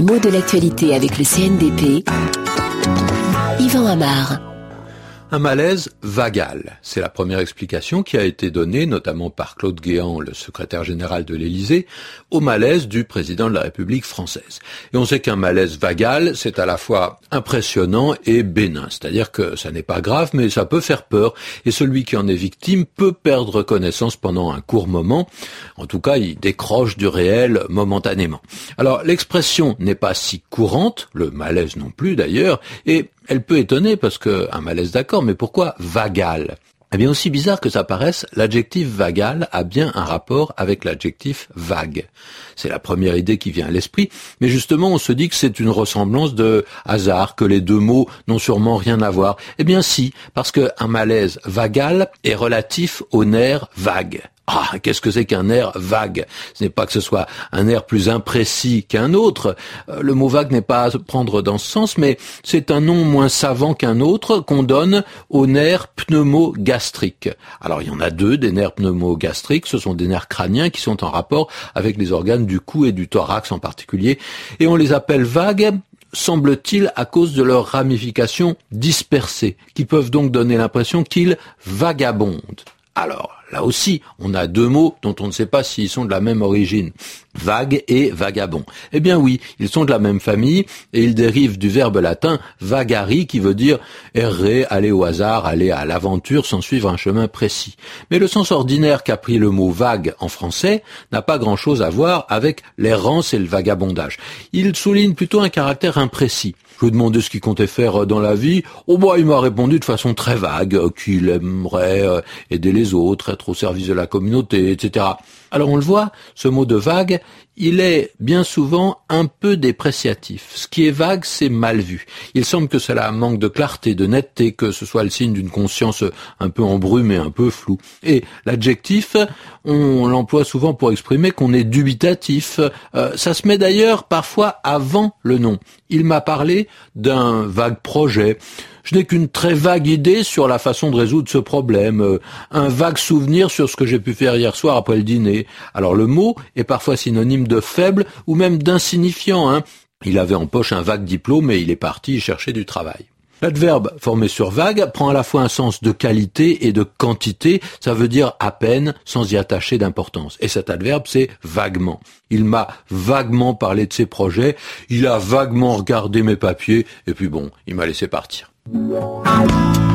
Les mots de l'actualité avec le CNDP. Yvan Amar. Un malaise vagal, c'est la première explication qui a été donnée, notamment par Claude Guéant, le secrétaire général de l'Élysée, au malaise du président de la République française. Et on sait qu'un malaise vagal, c'est à la fois impressionnant et bénin, c'est-à-dire que ça n'est pas grave, mais ça peut faire peur, et celui qui en est victime peut perdre connaissance pendant un court moment. En tout cas, il décroche du réel momentanément. Alors, l'expression n'est pas si courante, le malaise non plus d'ailleurs, et elle peut étonner parce que un malaise d'accord, mais pourquoi vagal ? Eh bien, aussi bizarre que ça paraisse, l'adjectif vagal a bien un rapport avec l'adjectif vague. C'est la première idée qui vient à l'esprit, mais justement on se dit que c'est une ressemblance de hasard, que les deux mots n'ont sûrement rien à voir. Eh bien si, parce qu'un malaise vagal est relatif au nerf vague. Ah, qu'est-ce que c'est qu'un air vague ? Ce n'est pas que ce soit un air plus imprécis qu'un autre. Le mot vague n'est pas à prendre dans ce sens, mais c'est un nom moins savant qu'un autre qu'on donne aux nerfs pneumogastriques. Alors, il y en a deux, des nerfs pneumogastriques. Ce sont des nerfs crâniens qui sont en rapport avec les organes du cou et du thorax en particulier. Et on les appelle vagues, semble-t-il, à cause de leurs ramifications dispersées, qui peuvent donc donner l'impression qu'ils vagabondent. Alors, là aussi, on a deux mots dont on ne sait pas s'ils sont de la même origine. Vague et vagabond. Eh bien oui, ils sont de la même famille et ils dérivent du verbe latin vagari qui veut dire errer, aller au hasard, aller à l'aventure sans suivre un chemin précis. Mais le sens ordinaire qu'a pris le mot vague en français n'a pas grand-chose à voir avec l'errance et le vagabondage. Il souligne plutôt un caractère imprécis. Je lui ai demandé ce qu'il comptait faire dans la vie. Oh bah, il m'a répondu de façon très vague qu'il aimerait aider les autres, être au service de la communauté, etc. Alors on le voit, ce mot de vague, il est bien souvent un peu dépréciatif. Ce qui est vague, c'est mal vu. Il semble que cela manque de clarté, de netteté, que ce soit le signe d'une conscience un peu embrumée, un peu floue. Et l'adjectif, on l'emploie souvent pour exprimer qu'on est dubitatif. Ça se met d'ailleurs parfois avant le nom. Il m'a parlé d'un vague projet. Je n'ai qu'une très vague idée sur la façon de résoudre ce problème, un vague souvenir sur ce que j'ai pu faire hier soir après le dîner. Alors le mot est parfois synonyme de faible ou même d'insignifiant. Il avait en poche un vague diplôme et il est parti chercher du travail. L'adverbe formé sur vague prend à la fois un sens de qualité et de quantité, ça veut dire à peine sans y attacher d'importance. Et cet adverbe, c'est vaguement. Il m'a vaguement parlé de ses projets, il a vaguement regardé mes papiers, et puis bon, il m'a laissé partir.